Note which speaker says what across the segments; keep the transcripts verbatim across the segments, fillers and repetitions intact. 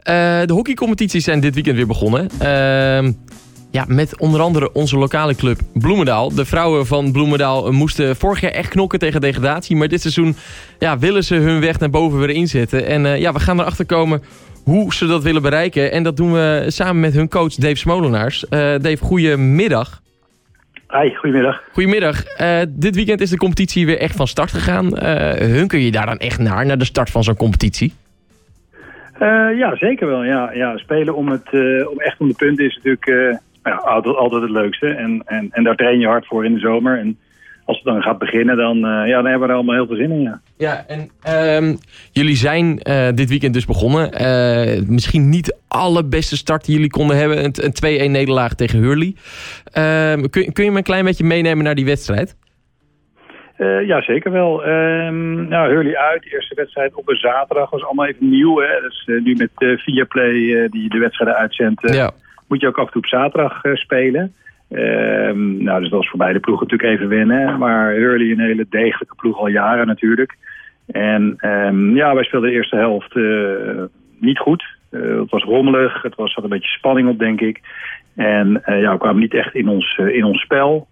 Speaker 1: Uh, de hockeycompetities zijn dit weekend weer begonnen. Uh, ja, met onder andere onze lokale club Bloemendaal. De vrouwen van Bloemendaal moesten vorig jaar echt knokken tegen degradatie. Maar dit seizoen ja, willen ze hun weg naar boven weer inzetten. En uh, ja, we gaan erachter komen hoe ze dat willen bereiken. En dat doen we samen met hun coach Dave Smolenaars. Uh, Dave, goedemiddag.
Speaker 2: Hi, goedemiddag.
Speaker 1: Goedemiddag. Uh, dit weekend is de competitie weer echt van start gegaan. Uh, hun kun je daar dan echt naar, naar de start van zo'n competitie?
Speaker 2: Uh, ja, zeker wel. Ja, ja, spelen om, het, uh, om echt om de punten is natuurlijk uh, ja, altijd, altijd het leukste. En, en, en daar train je hard voor in de zomer. En als het dan gaat beginnen, dan, uh, ja, dan hebben we er allemaal heel veel zin in. Ja,
Speaker 1: ja en uh, jullie zijn uh, dit weekend dus begonnen. Uh, misschien niet de allerbeste start die jullie konden hebben. Een, een twee-een nederlaag tegen Hurley. Uh, kun, kun je me een klein beetje meenemen naar die wedstrijd?
Speaker 2: Uh, ja, zeker wel. Um, nou, Hurley uit. De eerste wedstrijd op een zaterdag was allemaal even nieuw. Hè? Dus uh, nu met uh, Viaplay uh, die de wedstrijden uitzendt, uh, ja. moet je ook af en toe op zaterdag uh, spelen. Um, nou, dus dat was voor beide ploegen natuurlijk even winnen. Maar Hurley een hele degelijke ploeg al jaren natuurlijk. En um, ja, wij speelden de eerste helft uh, niet goed. Uh, het was rommelig. Het was, had een beetje spanning op, denk ik. En uh, ja, we kwamen niet echt in ons, uh, in ons spel.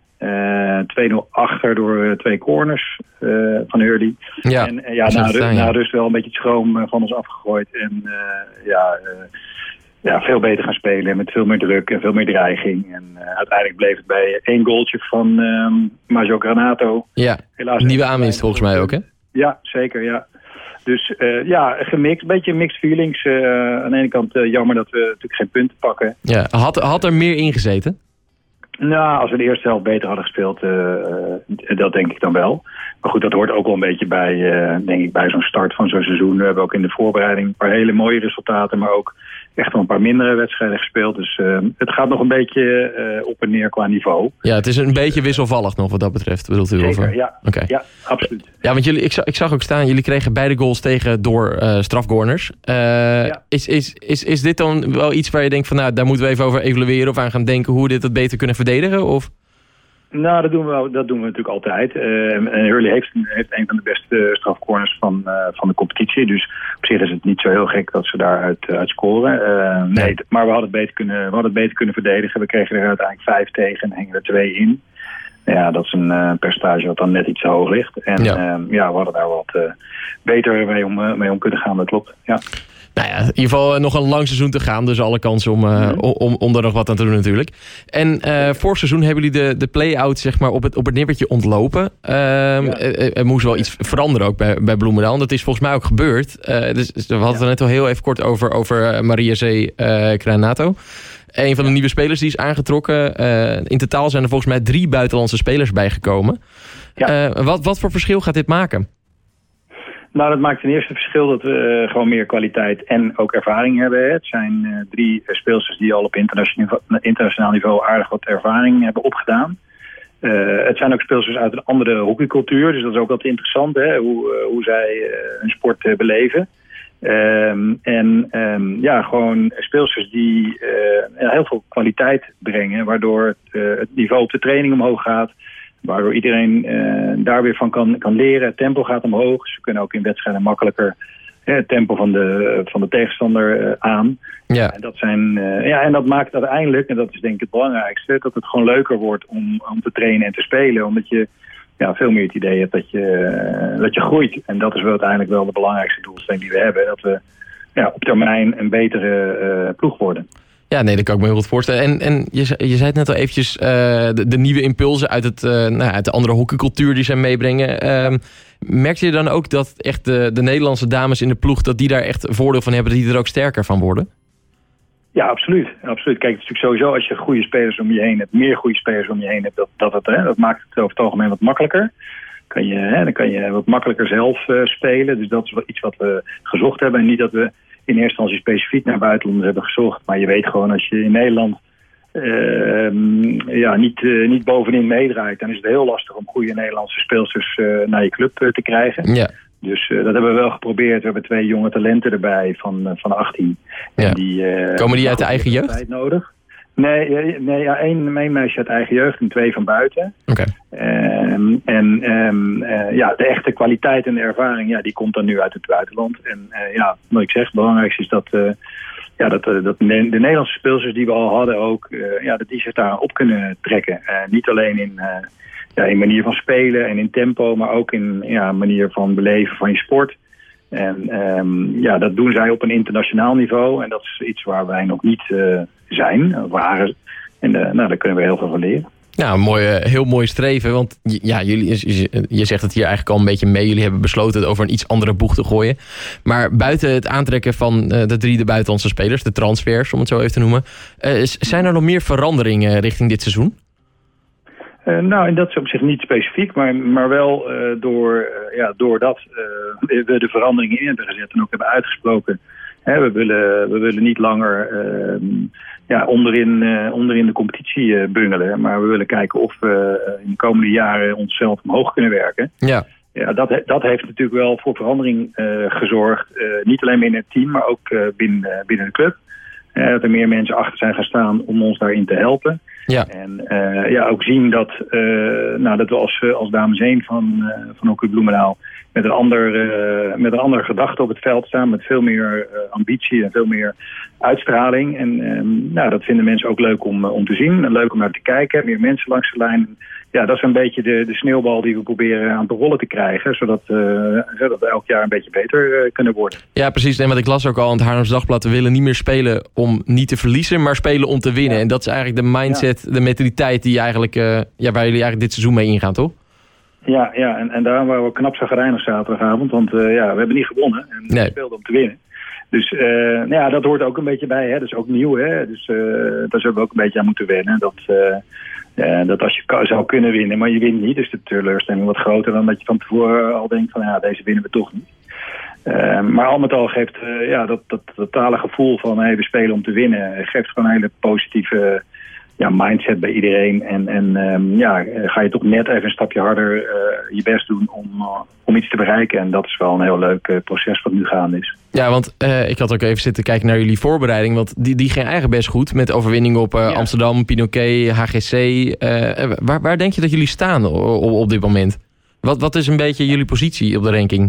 Speaker 2: Uh, twee nul achter door uh, twee corners uh, van Hurley. Ja, en uh, ja, na, staan, ja. na rust wel een beetje het schroom uh, van ons afgegooid. En uh, ja, uh, ja, veel beter gaan spelen met veel meer druk en veel meer dreiging. En uh, uiteindelijk bleef het bij één goaltje van um, Maggio Granato.
Speaker 1: Ja, helaas nieuwe aanwinst volgens mij ook, hè?
Speaker 2: Ja, zeker, ja. Dus uh, ja, gemixt, een beetje mixed feelings. Uh, aan de ene kant uh, jammer dat we natuurlijk geen punten pakken.
Speaker 1: Ja, had, had er meer ingezeten?
Speaker 2: Nou, als we de eerste helft beter hadden gespeeld, uh, uh, dat denk ik dan wel. Maar goed, dat hoort ook wel een beetje bij, uh, denk ik, bij zo'n start van zo'n seizoen. We hebben ook in de voorbereiding een paar hele mooie resultaten, maar ook echt wel een paar mindere wedstrijden gespeeld. Dus uh, het gaat nog een beetje uh, op en neer qua niveau.
Speaker 1: Ja, het is een beetje wisselvallig nog wat dat betreft, bedoelt u?
Speaker 2: Zeker,
Speaker 1: over?
Speaker 2: Ja.
Speaker 1: Okay.
Speaker 2: Ja, absoluut.
Speaker 1: Ja, want jullie, ik, zag, ik zag ook staan, jullie kregen beide goals tegen door uh, strafcorners. Uh, ja. is, is, is, is dit dan wel iets waar je denkt van, nou, daar moeten we even over evalueren of aan gaan denken hoe we dit het beter kunnen verdedigen? Of?
Speaker 2: Nou, dat doen we, dat doen we natuurlijk altijd. Uh, en Hurley heeft, heeft een van de beste strafcorners van, uh, van de competitie. Dus op zich is het niet zo heel gek dat ze daaruit uh, uit scoren. Uh, nee, maar we hadden, het beter kunnen, we hadden het beter kunnen verdedigen. We kregen er uiteindelijk vijf tegen en hingen er twee in. Ja, dat is een uh, percentage wat dan net iets te hoog ligt. En ja, uh, ja we hadden daar wat uh, beter mee om, uh, mee om kunnen gaan, dat klopt. Ja.
Speaker 1: Nou ja, in ieder geval nog een lang seizoen te gaan. Dus alle kans om, uh, om, om er nog wat aan te doen natuurlijk. En uh, vorig seizoen hebben jullie de, de play-out zeg maar, op, het, op het nippertje ontlopen. Um, ja. er, er moest wel iets veranderen ook bij, bij Bloemendaal. En dat is volgens mij ook gebeurd. Uh, dus, we hadden het ja. er net al heel even kort over, over Maria Zee uh, Granato. Een van de ja. nieuwe spelers die is aangetrokken. Uh, in totaal zijn er volgens mij drie buitenlandse spelers bijgekomen. Ja. Uh, wat, wat voor verschil gaat dit maken?
Speaker 2: Nou, dat maakt ten eerste het verschil dat we uh, gewoon meer kwaliteit en ook ervaring hebben. Het zijn uh, drie uh, speelsters die al op internationaal, internationaal niveau aardig wat ervaring hebben opgedaan. Uh, het zijn ook speelsters uit een andere hockeycultuur, dus dat is ook altijd interessant, hè, hoe, uh, hoe zij uh, hun sport uh, beleven. Um, en um, ja, gewoon speelsters die uh, heel veel kwaliteit brengen, waardoor het, uh, het niveau op de training omhoog gaat. Waardoor iedereen uh, daar weer van kan, kan leren. Het tempo gaat omhoog. Ze kunnen ook in wedstrijden makkelijker uh, het tempo van de, van de tegenstander uh, aan.
Speaker 1: Ja.
Speaker 2: En, dat zijn, uh, ja, en dat maakt uiteindelijk, en dat is denk ik het belangrijkste, dat het gewoon leuker wordt om, om te trainen en te spelen. Omdat je ja, veel meer het idee hebt dat je, uh, dat je groeit. En dat is wel uiteindelijk wel de belangrijkste doelstelling die we hebben. Dat we ja, op termijn een betere uh, ploeg worden.
Speaker 1: Ja, nee, dat kan ik me heel goed voorstellen. En, en je, je zei het net al eventjes, uh, de, de nieuwe impulsen uit, het, uh, nou, uit de andere hockeycultuur die zij meebrengen. Um, merkte je dan ook dat echt de, de Nederlandse dames in de ploeg, dat die daar echt voordeel van hebben, dat die er ook sterker van worden?
Speaker 2: Ja, absoluut. absoluut. Kijk, het is natuurlijk sowieso als je goede spelers om je heen hebt, meer goede spelers om je heen hebt, dat, dat, het, hè, dat maakt het over het algemeen wat makkelijker. Kan je, hè, dan kan je wat makkelijker zelf uh, spelen. Dus dat is wel iets wat we gezocht hebben. En niet dat we in eerste instantie specifiek naar buitenlanders hebben gezocht. Maar je weet gewoon, als je in Nederland uh, ja, niet, uh, niet bovenin meedraait, dan is het heel lastig om goede Nederlandse speelsters uh, naar je club uh, te krijgen. Ja. Dus uh, dat hebben we wel geprobeerd. We hebben twee jonge talenten erbij van, uh, van achttien.
Speaker 1: Ja.
Speaker 2: En die, uh,
Speaker 1: komen die uit de eigen jeugd?
Speaker 2: Tijd nodig. Nee, nee ja, één, één meisje uit eigen jeugd en twee van buiten.
Speaker 1: Oké.
Speaker 2: Okay. Um, en um, uh, ja, de echte kwaliteit en de ervaring, ja, die komt dan nu uit het buitenland. En uh, ja, wat ik zeg, het belangrijkste is dat, uh, ja, dat, uh, dat de Nederlandse speelsters die we al hadden ook, uh, ja, dat die zich daar op kunnen trekken. Uh, niet alleen in, uh, ja, in manier van spelen en in tempo, maar ook in ja, manier van beleven van je sport. En um, ja, dat doen zij op een internationaal niveau. En dat is iets waar wij nog niet uh, zijn, waren. En uh, nou, daar kunnen we heel veel van leren.
Speaker 1: Nou, een mooi, heel mooi streven. Want ja, jullie, je zegt het hier eigenlijk al een beetje mee. Jullie hebben besloten het over een iets andere boeg te gooien. Maar buiten het aantrekken van de drie de buitenlandse spelers, de transfers, om het zo even te noemen. Uh, zijn er nog meer veranderingen richting dit seizoen?
Speaker 2: Uh, nou, en dat is op zich niet specifiek, maar, maar wel uh, door, uh, ja, doordat uh, we de veranderingen in hebben gezet en ook hebben uitgesproken. Hè, we, willen, we willen niet langer uh, ja, onderin, uh, onderin de competitie uh, bungelen, maar we willen kijken of we uh, in de komende jaren onszelf omhoog kunnen werken.
Speaker 1: Ja.
Speaker 2: Ja, dat, dat heeft natuurlijk wel voor verandering uh, gezorgd. Uh, niet alleen binnen het team, maar ook uh, binnen, uh, binnen de club. Uh, dat er meer mensen achter zijn gaan staan om ons daarin te helpen.
Speaker 1: Ja.
Speaker 2: En uh, ja, ook zien dat, uh, nou, dat we als, als dames één van, uh, van Hockey Bloemendaal met een, ander, uh, met een andere gedachte op het veld staan. Met veel meer uh, ambitie en veel meer uitstraling. En uh, nou, dat vinden mensen ook leuk om, om te zien. Leuk om naar te kijken. Meer mensen langs de lijn. Ja, dat is een beetje de, de sneeuwbal die we proberen aan te rollen te krijgen. Zodat, uh, zodat we elk jaar een beetje beter uh, kunnen worden.
Speaker 1: Ja, precies. En wat ik las ook al in het Haarlems Dagblad. We willen niet meer spelen om niet te verliezen, maar spelen om te winnen. Ja. En dat is eigenlijk de mindset, ja. de mentaliteit die eigenlijk, uh, ja, waar jullie eigenlijk dit seizoen mee ingaan, toch?
Speaker 2: Ja, ja en, en daarom waren we knap zagrijnig zaterdagavond. Want uh, ja, we hebben niet gewonnen. En
Speaker 1: nee.
Speaker 2: we speelden om te winnen. Dus uh, nou ja, dat hoort ook een beetje bij. Hè. Dat is ook nieuw. Hè. Dus uh, daar zullen we ook een beetje aan moeten wennen. Dat... Uh, Uh, dat als je zou kunnen winnen, maar je wint niet. Dus de teleurstelling wordt groter dan dat je van tevoren al denkt van ja, deze winnen we toch niet. Uh, maar al met al geeft uh, ja, dat, dat totale gevoel van hey, we spelen om te winnen, geeft gewoon een hele positieve ja, mindset bij iedereen. En, en um, ja, ga je toch net even een stapje harder uh, je best doen om, uh, om iets te bereiken. En dat is wel een heel leuk uh, proces wat nu gaande is.
Speaker 1: Ja, want uh, ik had ook even zitten kijken naar jullie voorbereiding. Want die, die ging eigenlijk best goed. Met overwinningen op uh, ja. Amsterdam, Pinoquet, H G C. Uh, waar, waar denk je dat jullie staan op, op dit moment? Wat, wat is een beetje jullie positie op de ranking?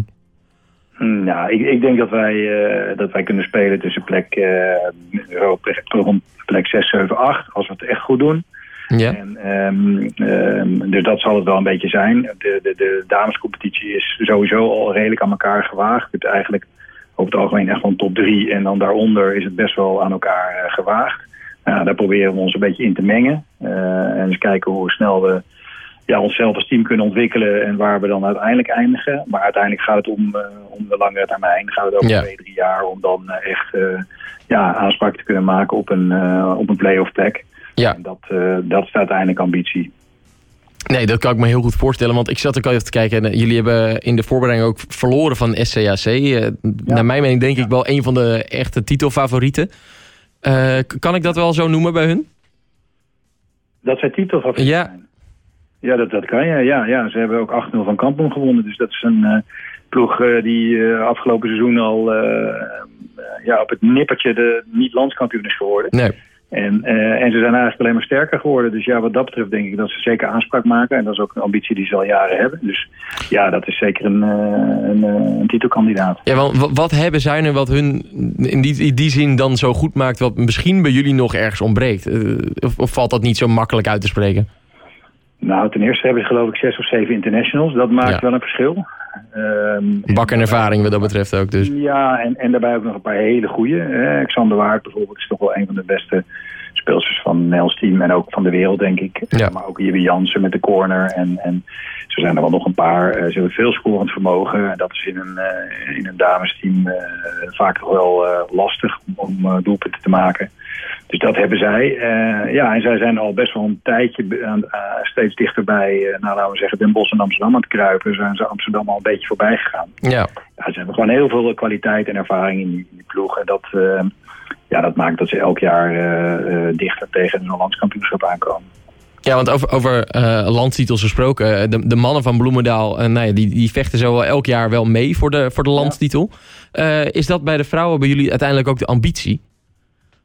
Speaker 2: Nou, ik, ik denk dat wij, uh, dat wij kunnen spelen tussen plek, uh, plek, plek zes, zeven, acht. Als we het echt goed doen.
Speaker 1: Ja.
Speaker 2: En, um, um, dus dat zal het wel een beetje zijn. De, de, de damescompetitie is sowieso al redelijk aan elkaar gewaagd. Het eigenlijk over het algemeen echt van top drie. En dan daaronder is het best wel aan elkaar uh, gewaagd. Uh, daar proberen we ons een beetje in te mengen. Uh, en eens kijken hoe snel we ja, onszelf als team kunnen ontwikkelen. En waar we dan uiteindelijk eindigen. Maar uiteindelijk gaat het om, uh, om de langere termijn. Gaat het over ja. twee, drie jaar. Om dan uh, echt uh, ja, aanspraak te kunnen maken op een, uh, op een play-off plek.
Speaker 1: Ja.
Speaker 2: En dat, uh, dat is uiteindelijk ambitie.
Speaker 1: Nee, dat kan ik me heel goed voorstellen. Want ik zat ook al even te kijken. En jullie hebben in de voorbereiding ook verloren van S C A C. Uh, ja. Naar mijn mening denk ja. ik wel een van de echte titelfavorieten. Uh, kan ik dat wel zo noemen bij hun?
Speaker 2: Dat zij titelfavorieten
Speaker 1: ja.
Speaker 2: zijn? Ja, dat, dat kan je. Ja, ja, ze hebben ook acht nul van Kampong gewonnen. Dus dat is een uh, ploeg uh, die uh, afgelopen seizoen al uh, uh, ja, op het nippertje de niet-landskampioen is geworden.
Speaker 1: Nee.
Speaker 2: En, uh, en ze zijn eigenlijk alleen maar sterker geworden. Dus ja, wat dat betreft denk ik dat ze zeker aanspraak maken. En dat is ook een ambitie die ze al jaren hebben. Dus ja, dat is zeker een, uh, een, uh, een titelkandidaat.
Speaker 1: Ja, want wat hebben zij nu wat hun in die, in die zin dan zo goed maakt... wat misschien bij jullie nog ergens ontbreekt? Uh, of, of valt dat niet zo makkelijk uit te spreken?
Speaker 2: Nou, ten eerste hebben ze geloof ik zes of zeven internationals. Dat maakt ja. wel een verschil. Um,
Speaker 1: Bak en ervaring wat dat betreft ook dus.
Speaker 2: Ja, en, en daarbij ook nog een paar hele goeie. Eh, Xander Waard bijvoorbeeld is toch wel een van de beste speelsters van het Nederlands team. En ook van de wereld, denk ik.
Speaker 1: Ja.
Speaker 2: Maar ook Jibbe Jansen met de corner. En, en zo zijn er wel nog een paar. Uh, ze hebben veel scorend vermogen. Dat is in een, uh, in een damesteam uh, vaak toch wel uh, lastig om, om uh, doelpunten te maken. Dus dat hebben zij. Uh, ja, en zij zijn al best wel een tijdje uh, steeds dichterbij, uh, nou laten we zeggen, Den Bosch en Amsterdam aan het kruipen. Zijn ze Amsterdam al een beetje voorbij gegaan.
Speaker 1: Ja.
Speaker 2: Ja, ze hebben gewoon heel veel kwaliteit en ervaring in die, in die ploeg. En dat, uh, ja, dat maakt dat ze elk jaar uh, uh, dichter tegen een landskampioenschap aankomen.
Speaker 1: Ja, want over, over uh, landstitels gesproken. De, de mannen van Bloemendaal, uh, nou ja, die, die vechten zo wel elk jaar wel mee voor de, voor de landstitel. Ja. Uh, is dat bij de vrouwen bij jullie uiteindelijk ook de ambitie?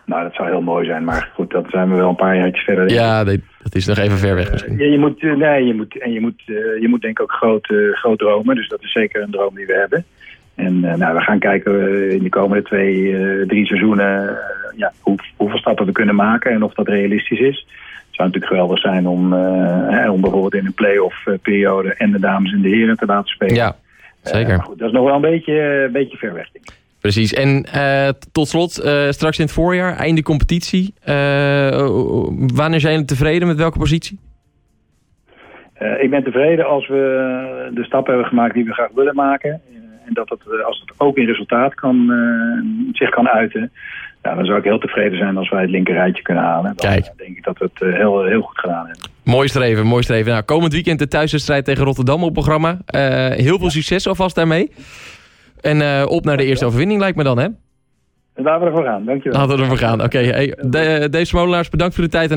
Speaker 2: Nou, dat zou heel mooi zijn. Maar goed, dat zijn we wel een paar jaartjes verder.
Speaker 1: Ja, nee, dat is nog even ver weg misschien.
Speaker 2: Uh, ja, je moet, nee, je moet, en je moet, uh, je moet denk ik ook groot, uh, groot dromen. Dus dat is zeker een droom die we hebben. En uh, nou, we gaan kijken uh, in de komende twee, uh, drie seizoenen uh, ja, hoe, hoeveel stappen we kunnen maken en of dat realistisch is. Het zou natuurlijk geweldig zijn om, uh, hè, om bijvoorbeeld in een play-off uh, periode en de dames en de heren te laten spelen.
Speaker 1: Ja, zeker. Uh, maar
Speaker 2: goed, dat is nog wel een beetje, een beetje ver weg, denk ik.
Speaker 1: Precies. En uh, tot slot, uh, straks in het voorjaar, einde competitie. Uh, wanneer zijn jullie tevreden met welke positie?
Speaker 2: Uh, ik ben tevreden als we de stappen hebben gemaakt die we graag willen maken. Uh, en dat het, als het ook in resultaat kan, uh, zich kan uiten. Nou, dan zou ik heel tevreden zijn als wij het linker rijtje kunnen halen. Dan
Speaker 1: Kijk.
Speaker 2: Uh, denk ik dat we het uh, heel, heel goed gedaan hebben.
Speaker 1: Mooi streven, mooi streven. Nou, komend weekend de thuiswedstrijd tegen Rotterdam op programma. Uh, heel veel succes alvast daarmee. En uh, op naar de eerste overwinning lijkt me dan, hè?
Speaker 2: Laten we ervoor gaan, dankjewel.
Speaker 1: Laten we ervoor gaan. Oké, okay, hey, Dave Smollenaars, bedankt voor de tijd en